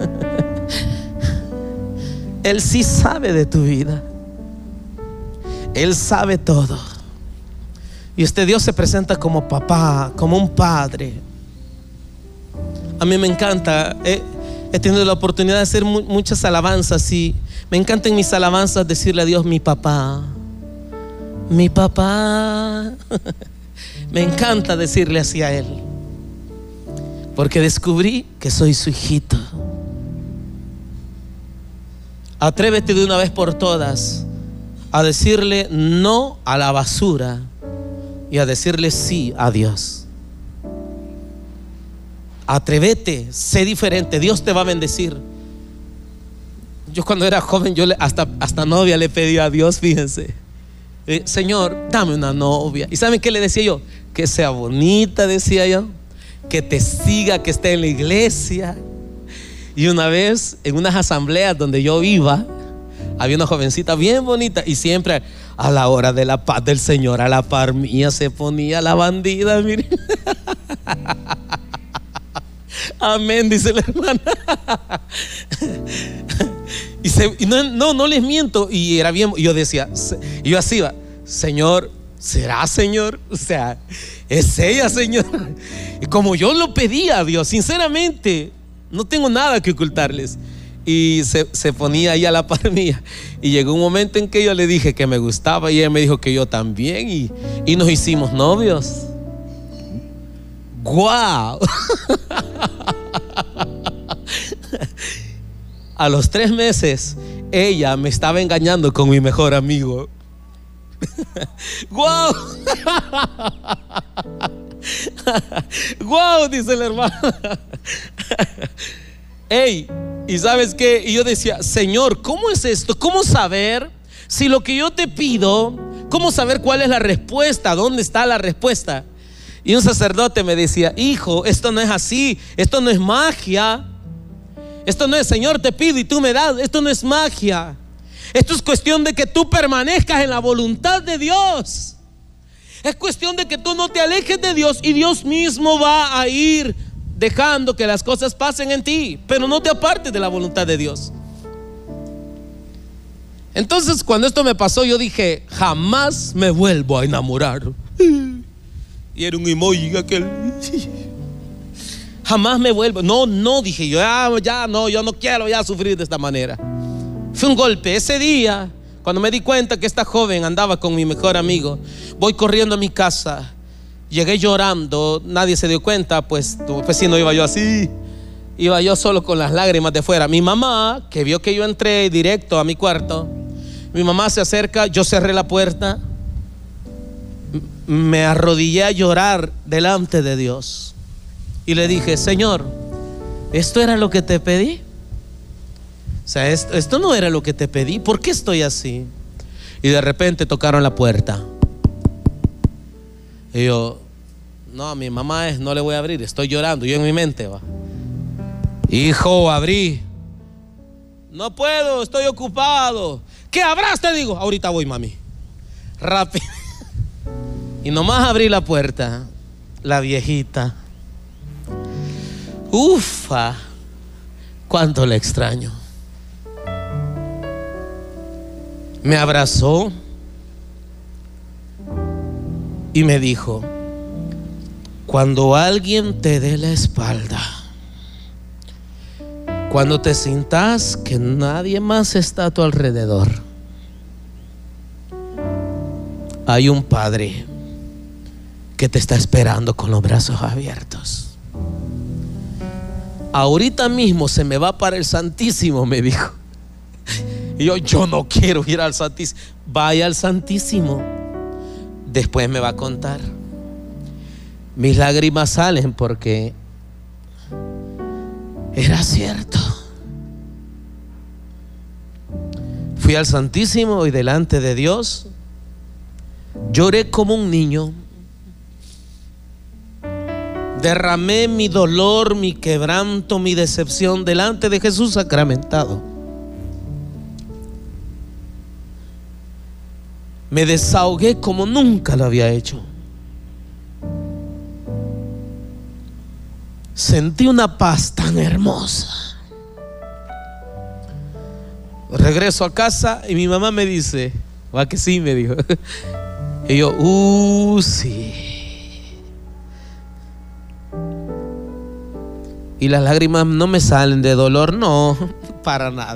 Él sí sabe de tu vida. Él sabe todo. Y este Dios se presenta como papá, como un padre. A mí me encanta. Eh, He tenido la oportunidad de hacer mu- muchas alabanzas y me encanta en mis alabanzas decirle a Dios: mi papá, mi papá. Me encanta decirle así a Él, porque descubrí que soy su hijito. Atrévete de una vez por todas a decirle no a la basura y a decirle sí a Dios. Atrévete, sé diferente, Dios te va a bendecir. Yo cuando era joven, yo le, hasta, hasta novia le pedía a Dios, fíjense, eh, Señor, dame una novia. ¿Y saben qué le decía yo? Que sea bonita, decía yo, que te siga, que esté en la iglesia. Y una vez en unas asambleas donde yo iba, había una jovencita bien bonita, y siempre a la hora de la paz del Señor, a la par mía se ponía la bandida, miren. Amén, dice la hermana. Y, se, y no, no, no les miento. Y era bien. Yo decía, y yo así iba: Señor, ¿será, Señor? O sea, es ella, Señor. Y como yo lo pedía a Dios, sinceramente, no tengo nada que ocultarles. Y se, se ponía ahí a la par mía. Y llegó un momento en que yo le dije que me gustaba, y ella me dijo que yo también. Y, y nos hicimos novios. ¡Guau! A los tres meses ella me estaba engañando con mi mejor amigo. ¡Guau! ¡Guau! Dice la hermana. ¡Ey! ¿Y sabes qué? Y yo decía: Señor, ¿cómo es esto? ¿Cómo saber si lo que yo te pido, cómo saber cuál es la respuesta? ¿Dónde está la respuesta? Y un sacerdote me decía: hijo, esto no es así, esto no es magia. Esto no es Señor, te pido y tú me das. Esto no es magia. Esto es cuestión de que tú permanezcas en la voluntad de Dios. Es cuestión de que tú no te alejes de Dios, y Dios mismo va a ir dejando que las cosas pasen en ti, pero no te apartes de la voluntad de Dios. Entonces, cuando esto me pasó, yo dije: jamás me vuelvo a enamorar. Y era un emoji aquel. Jamás me vuelvo. No, no, dije yo, ya, ya no, yo no quiero ya sufrir de esta manera. Fue un golpe. Ese día, cuando me di cuenta que esta joven andaba con mi mejor amigo, voy corriendo a mi casa. Llegué llorando, nadie se dio cuenta, pues, pues si no iba yo así. Iba yo solo con las lágrimas de fuera. Mi mamá, que vio que yo entré directo a mi cuarto, mi mamá se acerca, yo cerré la puerta, me arrodillé a llorar delante de Dios y le dije: Señor, ¿esto era lo que te pedí? O sea, esto, esto no era lo que te pedí. ¿Por qué estoy así? Y de repente tocaron la puerta. Y yo: no, mi mamá es, no le voy a abrir, estoy llorando. Yo en mi mente, va: hijo, abrí. No puedo, estoy ocupado. ¿Qué abrás? Te digo. Ahorita voy, mami. Rápido. Y nomás abrí la puerta. La viejita, ufa, cuánto le extraño. Me abrazó y me dijo: cuando alguien te dé la espalda, cuando te sientas que nadie más está a tu alrededor, hay un Padre que te está esperando con los brazos abiertos. Ahorita mismo se me va para el Santísimo, me dijo. Y yo, yo no quiero ir al Santísimo. Vaya al Santísimo. Después me va a contar. Mis lágrimas salen porque era cierto. Fui al Santísimo y delante de Dios lloré como un niño. Derramé mi dolor, mi quebranto, mi decepción delante de Jesús sacramentado. Me desahogué como nunca lo había hecho. Sentí una paz tan hermosa. Regreso a casa y mi mamá me dice: ¿va que sí? Me dijo. Y yo, uh, sí. Y las lágrimas no me salen de dolor, no, para nada.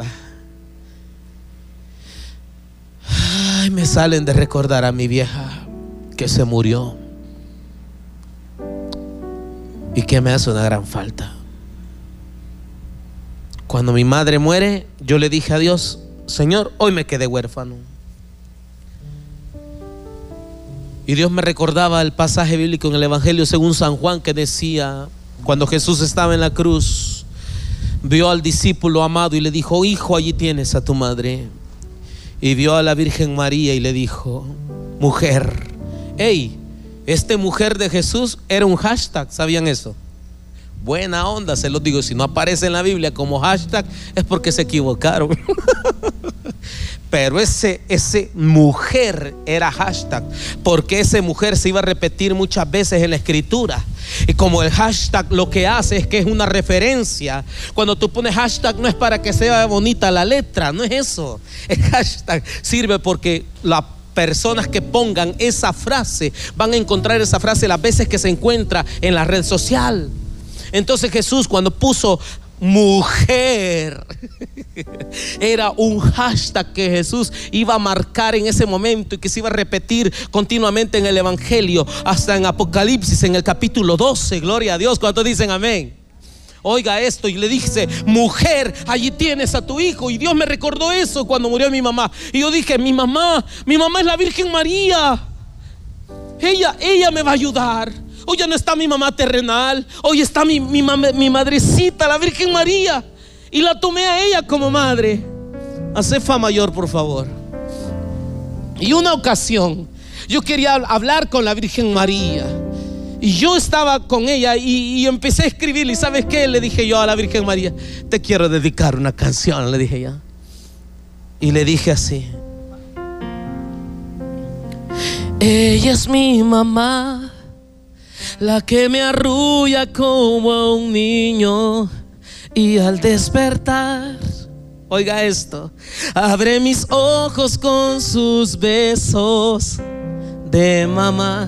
Ay, me salen de recordar a mi vieja que se murió y que me hace una gran falta. Cuando mi madre muere, yo le dije a Dios: Señor, hoy me quedé huérfano. Y Dios me recordaba el pasaje bíblico en el Evangelio según San Juan, que decía: cuando Jesús estaba en la cruz, vio al discípulo amado y le dijo: hijo, allí tienes a tu madre. Y vio a la Virgen María y le dijo: mujer. Hey, este mujer de Jesús era un hashtag, ¿sabían eso? Buena onda, se los digo. Si no aparece en la Biblia como hashtag, es porque se equivocaron. Pero ese, ese mujer era hashtag, porque ese mujer se iba a repetir muchas veces en la escritura. Y como el hashtag lo que hace es que es una referencia. Cuando tú pones hashtag, no es para que sea bonita la letra, no es eso. El hashtag sirve porque las personas que pongan esa frase van a encontrar esa frase las veces que se encuentra en la red social. Entonces Jesús, cuando puso mujer, era un hashtag que Jesús iba a marcar en ese momento y que se iba a repetir continuamente en el Evangelio, hasta en Apocalipsis, en el capítulo doce. Gloria a Dios. ¿Cuántos dicen amén? Oiga esto, y le dije: mujer, allí tienes a tu hijo. Y Dios me recordó eso cuando murió mi mamá. Y yo dije: mi mamá, mi mamá es la Virgen María. Ella, ella me va a ayudar. Hoy ya no está mi mamá terrenal, hoy está mi, mi, mi madrecita, la Virgen María. Y la tomé a ella como madre. Hacé fa mayor, por favor. Y una ocasión yo quería hablar con la Virgen María, y yo estaba con ella y, y empecé a escribirle. ¿Y sabes qué? Le dije yo a la Virgen María: te quiero dedicar una canción, le dije ya. Y le dije así: ella es mi mamá, la que me arrulla como a un niño, y al despertar, oiga esto, abre mis ojos con sus besos de mamá.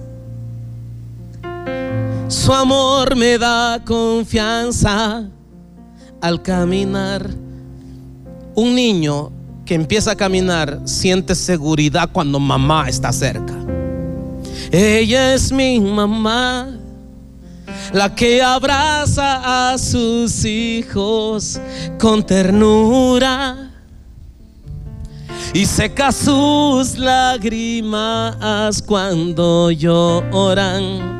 Su amor me da confianza al caminar. Un niño que empieza a caminar siente seguridad cuando mamá está cerca. Ella es mi mamá, la que abraza a sus hijos con ternura y seca sus lágrimas cuando lloran.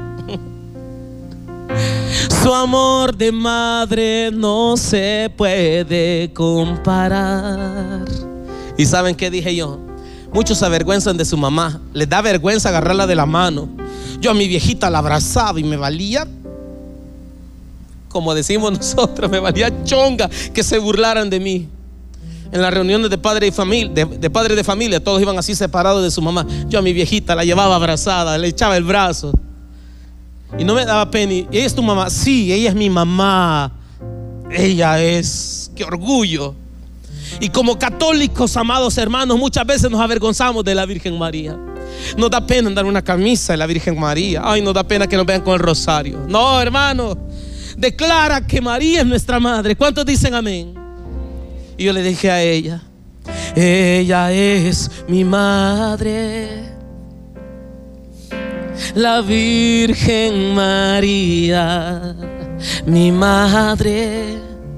Su amor de madre no se puede comparar. ¿Y saben qué dije yo? Muchos se avergüenzan de su mamá, les da vergüenza agarrarla de la mano. Yo a mi viejita la abrazaba y me valía, como decimos nosotros, me valía chonga que se burlaran de mí. En las reuniones de padres de familia, de, de padres de familia, todos iban así separados de su mamá. Yo a mi viejita la llevaba abrazada, le echaba el brazo y no me daba pena. ¿Y ella es tu mamá? Sí, ella es mi mamá. Ella es, qué orgullo. Y como católicos, amados hermanos, muchas veces nos avergonzamos de la Virgen María. Nos da pena andar una camisa de la Virgen María. Ay, nos da pena que nos vean con el rosario. No, hermano, declara que María es nuestra madre. ¿Cuántos dicen amén? Y yo le dije a ella: ella es mi madre, la Virgen María, mi madre,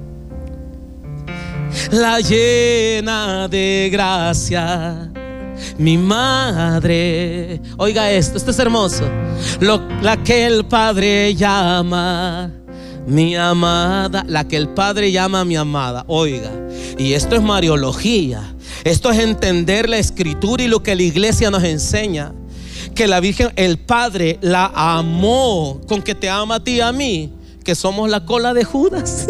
la llena de gracia, mi madre. Oiga esto, esto es hermoso. Lo, la que el Padre llama mi amada, la que el Padre llama mi amada. Oiga, y esto es mariología. Esto es entender la Escritura y lo que la iglesia nos enseña. Que la Virgen, el Padre la amó con que te ama a ti y a mí, que somos la cola de Judas.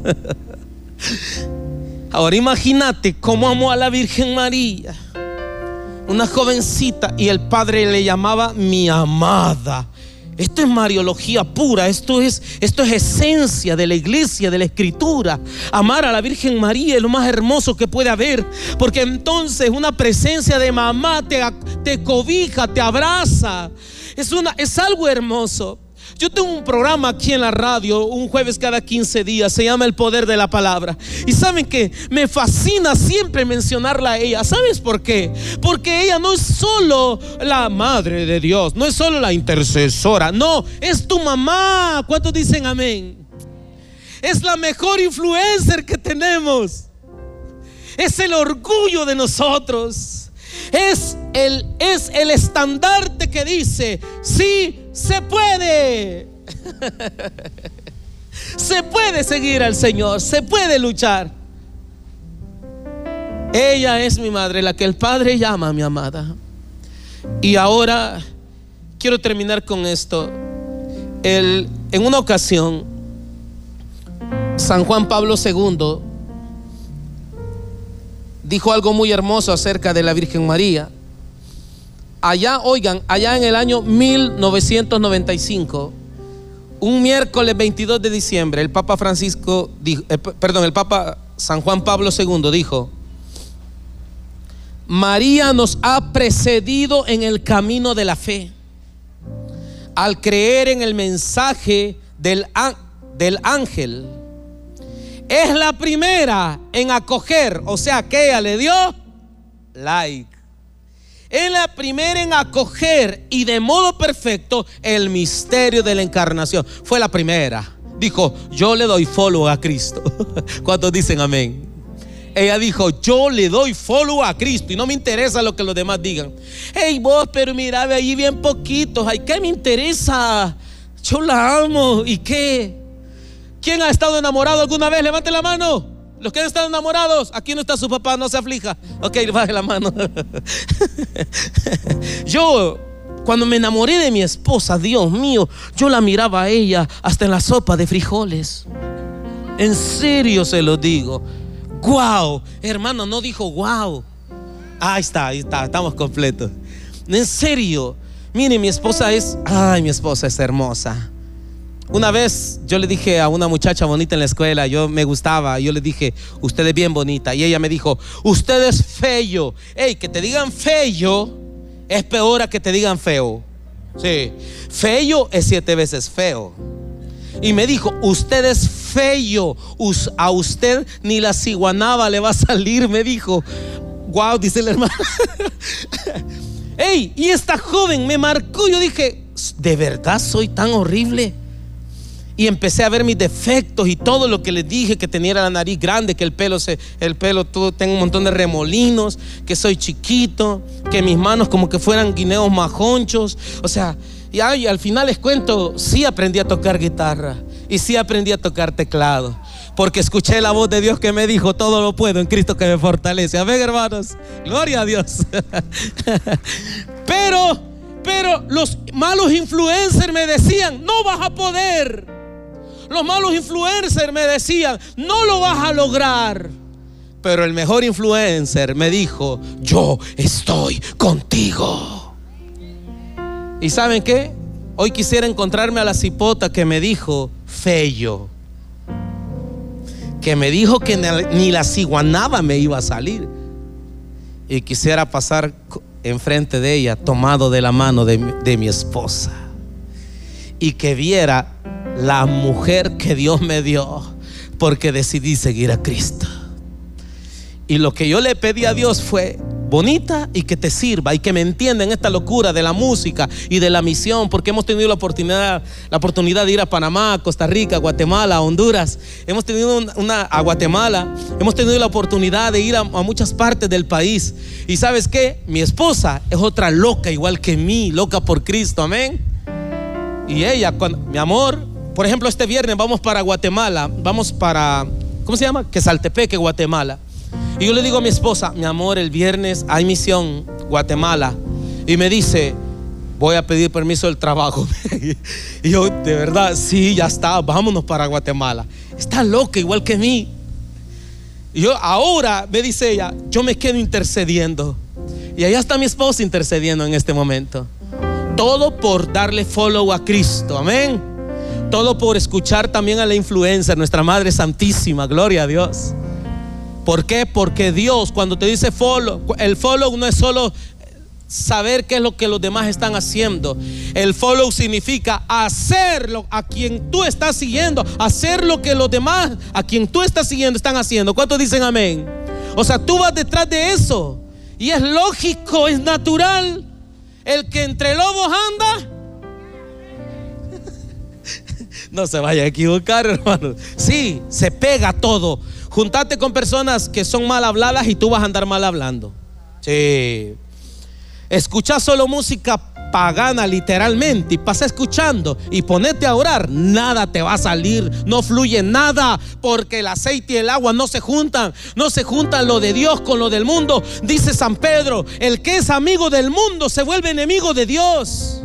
Ahora imagínate cómo amó a la Virgen María, una jovencita, y el Padre le llamaba mi amada. Esto es mariología pura. Esto es, esto es esencia de la iglesia, de la Escritura. Amar a la Virgen María es lo más hermoso que puede haber, porque entonces una presencia de mamá te, te cobija, te abraza. Es, una, es algo hermoso. Yo tengo un programa aquí en la radio, un jueves cada quince días, se llama El Poder de la Palabra. Y saben que me fascina siempre mencionarla a ella. ¿Sabes por qué? Porque ella no es solo la madre de Dios, no es solo la intercesora, no, es tu mamá. ¿Cuántos dicen amén? Es la mejor influencer que tenemos. Es el orgullo de nosotros. Es el, es el estandarte que dice: sí se puede. Se puede seguir al Señor, se puede luchar. Ella es mi madre, la que el Padre llama mi amada. Y ahora quiero terminar con esto. El, en una ocasión, San Juan Pablo segundo dijo algo muy hermoso acerca de la Virgen María. Allá, oigan, allá en el año mil novecientos noventa y cinco, un miércoles veintidós de diciembre, el Papa Francisco dijo, eh, perdón, el Papa San Juan Pablo segundo dijo: María nos ha precedido en el camino de la fe al creer en el mensaje del, del ángel. Es la primera en acoger, o sea que ella le dio like. Es la primera en acoger y de modo perfecto el misterio de la encarnación. Fue la primera. Dijo: yo le doy follow a Cristo. ¿Cuántos dicen amén? Ella dijo: yo le doy follow a Cristo y no me interesa lo que los demás digan. Hey vos, pero mira, ve ahí bien poquitos. Ay, ¿qué me interesa? Yo la amo. ¿Y qué? ¿Quién ha estado enamorado alguna vez? Levante la mano. Los que han estado enamorados. Aquí no está su papá, no se aflija. Ok, baje la mano. Yo, cuando me enamoré de mi esposa, Dios mío, yo la miraba a ella hasta en la sopa de frijoles. En serio se lo digo. Wow, hermano, no dijo wow. Ahí está, ahí está, estamos completos. En serio, mire, mi esposa es, ay, mi esposa es hermosa. Una vez yo le dije a una muchacha bonita en la escuela, yo me gustaba, yo le dije: usted es bien bonita. Y ella me dijo: usted es feo. Ey, que te digan feo es peor a que te digan feo. Sí, feo es siete veces feo. Y me dijo: usted es feo, a usted ni la ciguanaba le va a salir, me dijo. Wow, dice el hermano. Ey, y esta joven me marcó. Yo dije: ¿de verdad soy tan horrible? y empecé a ver mis defectos y todo lo que les dije, que tenía la nariz grande, que el pelo se, el pelo todo, tengo un montón de remolinos, que soy chiquito, que mis manos como que fueran guineos majonchos. O sea, y, ay, al final les cuento, sí aprendí a tocar guitarra y sí aprendí a tocar teclado, porque escuché la voz de Dios que me dijo: todo lo puedo en Cristo que me fortalece. Amén, hermanos, gloria a Dios. Pero, pero los malos influencers me decían: no vas a poder. Los malos influencers me decían: no lo vas a lograr. Pero el mejor influencer me dijo: yo estoy contigo. ¿Y saben qué? Hoy quisiera encontrarme a la cipota que me dijo fello, que me dijo que ni la ciguanaba me iba a salir, y quisiera pasar enfrente de ella tomado de la mano de mi, de mi esposa, y que viera la mujer que Dios me dio, porque decidí seguir a Cristo. Y lo que yo le pedí a Dios fue: bonita y que te sirva y que me entienda en esta locura de la música y de la misión, porque hemos tenido la oportunidad, la oportunidad de ir a Panamá, Costa Rica, Guatemala, Honduras. Hemos tenido una, a Guatemala, hemos tenido la oportunidad de ir a, a muchas partes del país. Y ¿sabes qué? Mi esposa es otra loca igual que mí, loca por Cristo, amén. Y ella, cuando, mi amor, por ejemplo, este viernes vamos para Guatemala, vamos para, ¿cómo se llama? Quesaltepeque, Guatemala. Y yo le digo a mi esposa: mi amor, el viernes hay misión, Guatemala. Y me dice: voy a pedir permiso del trabajo. Y yo, de verdad, sí, ya está, vámonos para Guatemala. Está loca igual que mí. Y yo, ahora, me dice ella, yo me quedo intercediendo. Y allá está mi esposa intercediendo en este momento. Todo por darle follow a Cristo, amén. Todo por escuchar también a la influencer, nuestra Madre Santísima, gloria a Dios. ¿Por qué? Porque Dios, cuando te dice follow, el follow no es solo saber qué es lo que los demás están haciendo. El follow significa hacerlo a quien tú estás siguiendo, hacer lo que los demás a quien tú estás siguiendo están haciendo. ¿Cuántos dicen amén? O sea, tú vas detrás de eso, y es lógico, es natural. El que entre lobos anda, no se vaya a equivocar, hermanos. Sí, se pega todo. Juntate con personas que son mal habladas y tú vas a andar mal hablando. Sí. Escucha solo música pagana, literalmente, y pasa escuchando y ponete a orar, nada te va a salir, no fluye nada, porque el aceite y el agua no se juntan, no se juntan lo de Dios con lo del mundo. Dice San Pedro: el que es amigo del mundo se vuelve enemigo de Dios.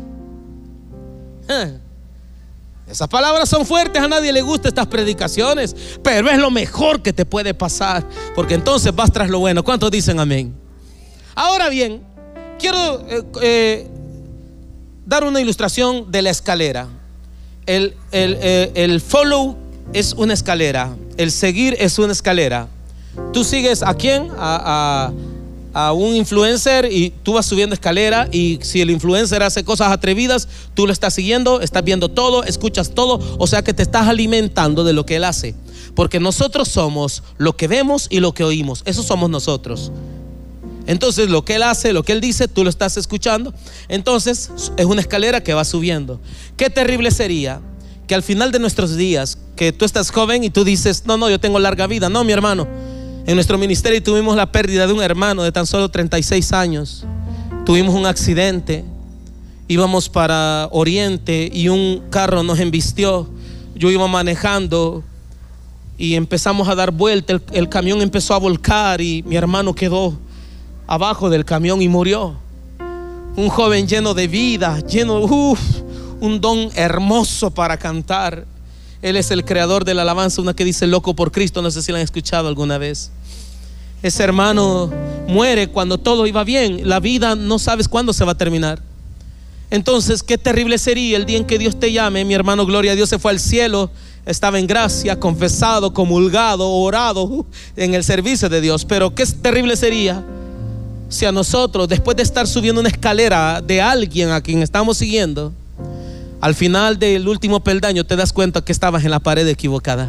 ¿Eh? Esas palabras son fuertes, a nadie le gustan estas predicaciones, pero es lo mejor que te puede pasar, porque entonces vas tras lo bueno. ¿Cuántos dicen amén? Ahora bien, quiero eh, eh, dar una ilustración de la escalera. El, el, eh, el follow es una escalera, el seguir es una escalera. Tú sigues a quién, a, a a un influencer, y tú vas subiendo escalera, y si el influencer hace cosas atrevidas, tú lo estás siguiendo, estás viendo todo, escuchas todo, o sea que te estás alimentando de lo que él hace, porque nosotros somos lo que vemos y lo que oímos. Eso somos nosotros. Entonces lo que él hace, lo que él dice, tú lo estás escuchando. Entonces es una escalera que va subiendo. Qué terrible sería que al final de nuestros días, que tú estás joven y tú dices: no, no, yo tengo larga vida. No, mi hermano, en nuestro ministerio tuvimos la pérdida de un hermano de tan solo treinta y seis años. Tuvimos un accidente, íbamos para Oriente y un carro nos embistió. Yo iba manejando y empezamos a dar vuelta, el, el camión empezó a volcar y mi hermano quedó abajo del camión y murió. Un joven lleno de vida, lleno, uff, un don hermoso para cantar. Él es el creador de la alabanza, una que dice loco por Cristo. No sé si la han escuchado alguna vez. Ese hermano muere cuando todo iba bien. La vida no sabes cuándo se va a terminar. Entonces qué terrible sería el día en que Dios te llame. Mi hermano, gloria a Dios, se fue al cielo, estaba en gracia, confesado, comulgado, orado uh, en el servicio de Dios. Pero qué terrible sería si a nosotros, después de estar subiendo una escalera de alguien a quien estamos siguiendo, al final del último peldaño te das cuenta que estabas en la pared equivocada.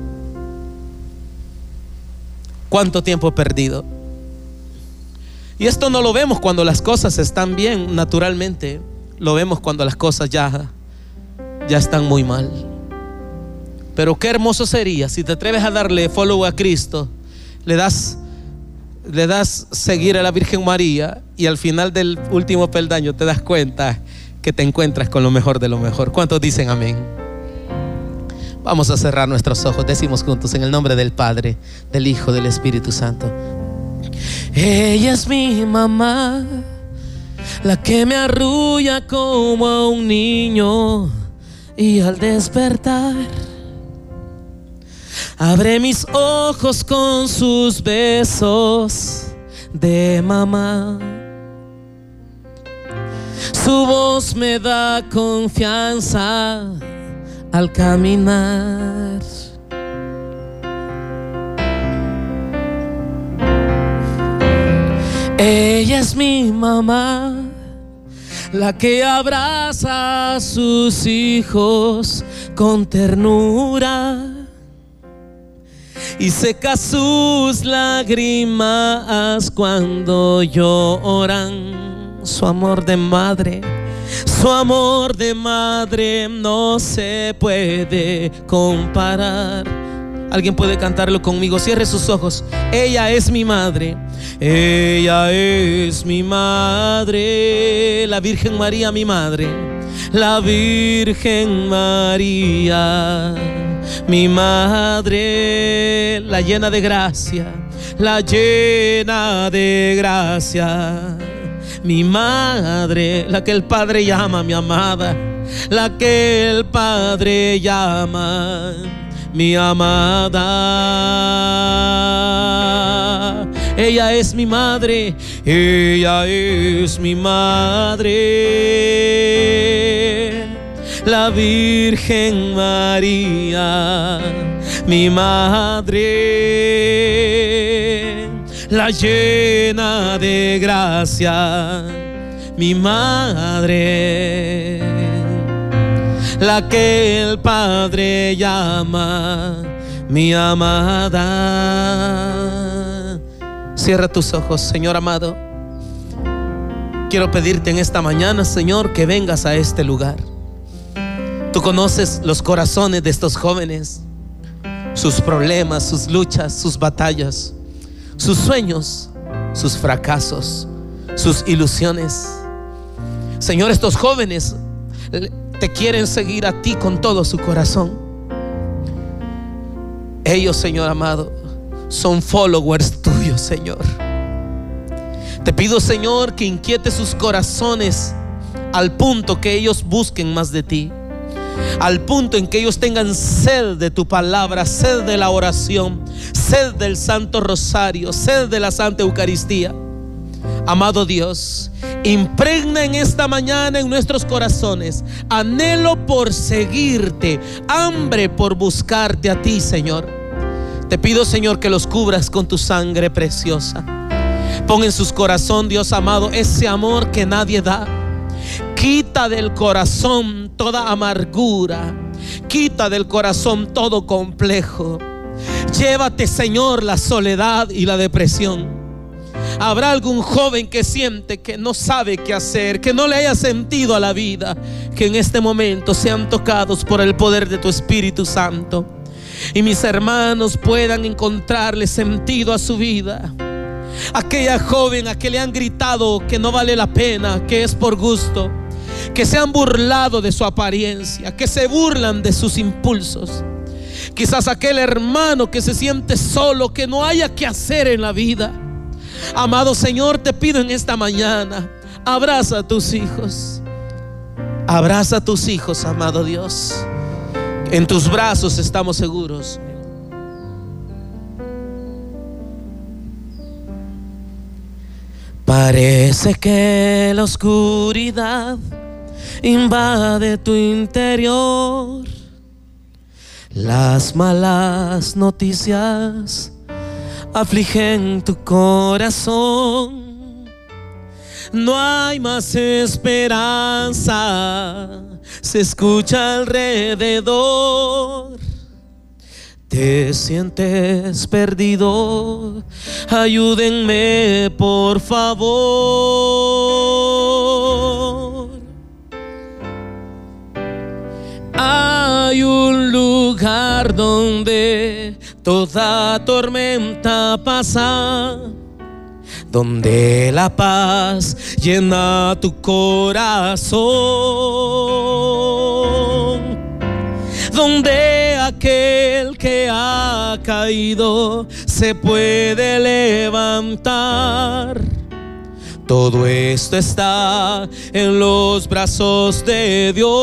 ¿Cuánto tiempo perdido? Y esto no lo vemos cuando las cosas están bien, naturalmente. Lo vemos cuando las cosas ya, ya están muy mal. Pero qué hermoso sería si te atreves a darle follow a Cristo, le das, le das seguir a la Virgen María, y al final del último peldaño te das cuenta que te encuentras con lo mejor de lo mejor. ¿Cuántos dicen amén? Vamos a cerrar nuestros ojos. Decimos juntos en el nombre del Padre, del Hijo, del Espíritu Santo. Ella es mi mamá, la que me arrulla como a un niño, y al despertar abre mis ojos con sus besos de mamá. Su voz me da confianza al caminar. Ella es mi mamá, la que abraza a sus hijos con ternura y seca sus lágrimas cuando lloran. Su amor de madre, su amor de madre no se puede comparar. Alguien puede cantarlo conmigo. Cierre sus ojos. Ella es mi madre, ella es mi madre, la Virgen María mi madre, la Virgen María mi madre, la llena de gracia, la llena de gracia. Mi madre, la que el Padre llama mi amada, la que el Padre llama mi amada. Ella es mi madre, ella es mi madre, la Virgen María mi madre, la llena de gracia, mi madre, la que el Padre llama mi amada. Cierra tus ojos, Señor amado. Quiero pedirte en esta mañana, Señor, que vengas a este lugar. Tú conoces los corazones de estos jóvenes, sus problemas, sus luchas, sus batallas, sus sueños, sus fracasos, sus ilusiones. Señor, estos jóvenes te quieren seguir a ti con todo su corazón. Ellos, Señor amado, son followers tuyos, Señor. Te pido, Señor, que inquiete sus corazones al punto que ellos busquen más de ti, al punto en que ellos tengan sed de tu palabra, sed de la oración, sed del Santo Rosario, sed de la Santa Eucaristía. Amado Dios, impregna en esta mañana en nuestros corazones anhelo por seguirte, hambre por buscarte a ti, Señor. Te pido, Señor, que los cubras con tu sangre preciosa. Pon en sus corazones, Dios amado, ese amor que nadie da. Quita del corazón toda amargura, quita del corazón todo complejo. Llévate, Señor, la soledad y la depresión. Habrá algún joven que siente que no sabe qué hacer, que no le haya sentido a la vida, que en este momento sean tocados por el poder de tu Espíritu Santo, y mis hermanos puedan encontrarle sentido a su vida. Aquella joven a que le han gritado que no vale la pena, que es por gusto, que se han burlado de su apariencia, que se burlan de sus impulsos. Quizás aquel hermano que se siente solo, que no haya qué hacer en la vida. Amado Señor, te pido en esta mañana, abraza a tus hijos, abraza a tus hijos, amado Dios. En tus brazos estamos seguros. Parece que la oscuridad invade tu interior. Las malas noticias afligen tu corazón. No hay más esperanza, se escucha alrededor. Te sientes perdido, ayúdenme por favor. Hay un lugar donde toda tormenta pasa, donde la paz llena tu corazón, donde aquel que ha caído se puede levantar. Todo esto está en los brazos de Dios.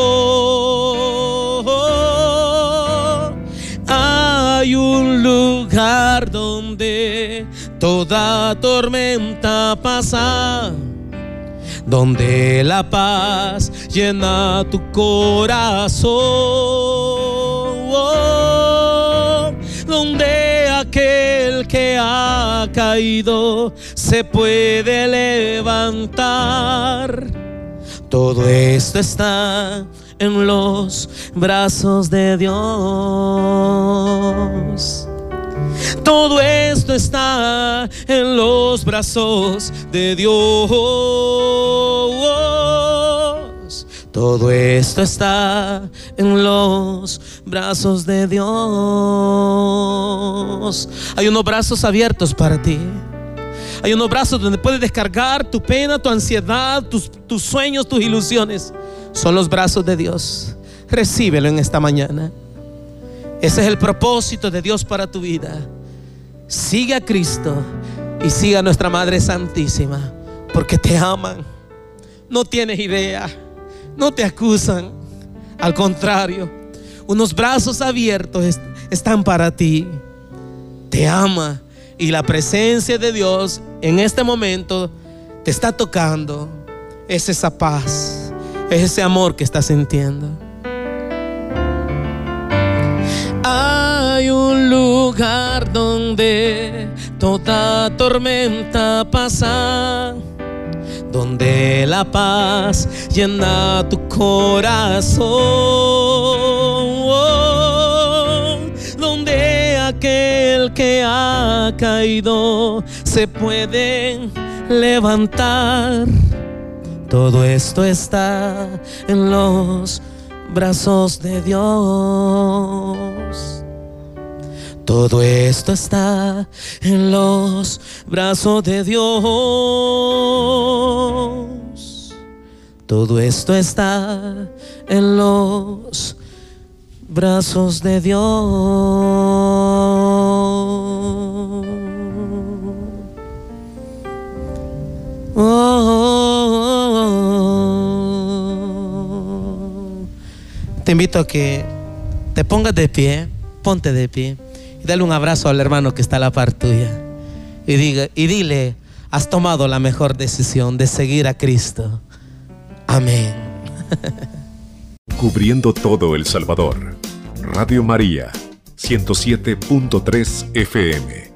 Hay un lugar donde toda tormenta pasa, donde la paz llena tu corazón, donde aquel que ha caído se puede levantar. Todo esto está en los brazos de Dios. Todo esto está en los brazos de Dios. Todo esto está en los brazos de Dios. Hay unos brazos abiertos para ti. Hay unos brazos donde puedes descargar tu pena, tu ansiedad, tus, tus sueños, tus ilusiones. Son los brazos de Dios. Recíbelo en esta mañana. Ese es el propósito de Dios para tu vida. Sigue a Cristo y sigue a nuestra Madre Santísima, porque te aman. No tienes idea. No te acusan. Al contrario, unos brazos abiertos est- están para ti. Te ama. Y la presencia de Dios en este momento te está tocando. Es esa paz, es ese amor que estás sintiendo. Hay un lugar donde toda tormenta pasa, donde la paz llena tu corazón, donde aquel que ha caído se puede levantar. Todo esto está en los brazos de Dios. Todo esto está en los brazos de Dios. Todo esto está en los brazos de Dios. Oh, oh, oh, oh. Te invito a que te pongas de pie, ponte de pie y dale un abrazo al hermano que está a la par tuya y, diga, y dile: has tomado la mejor decisión de seguir a Cristo. Amén. Cubriendo todo El Salvador. Radio María, ciento siete punto tres F M.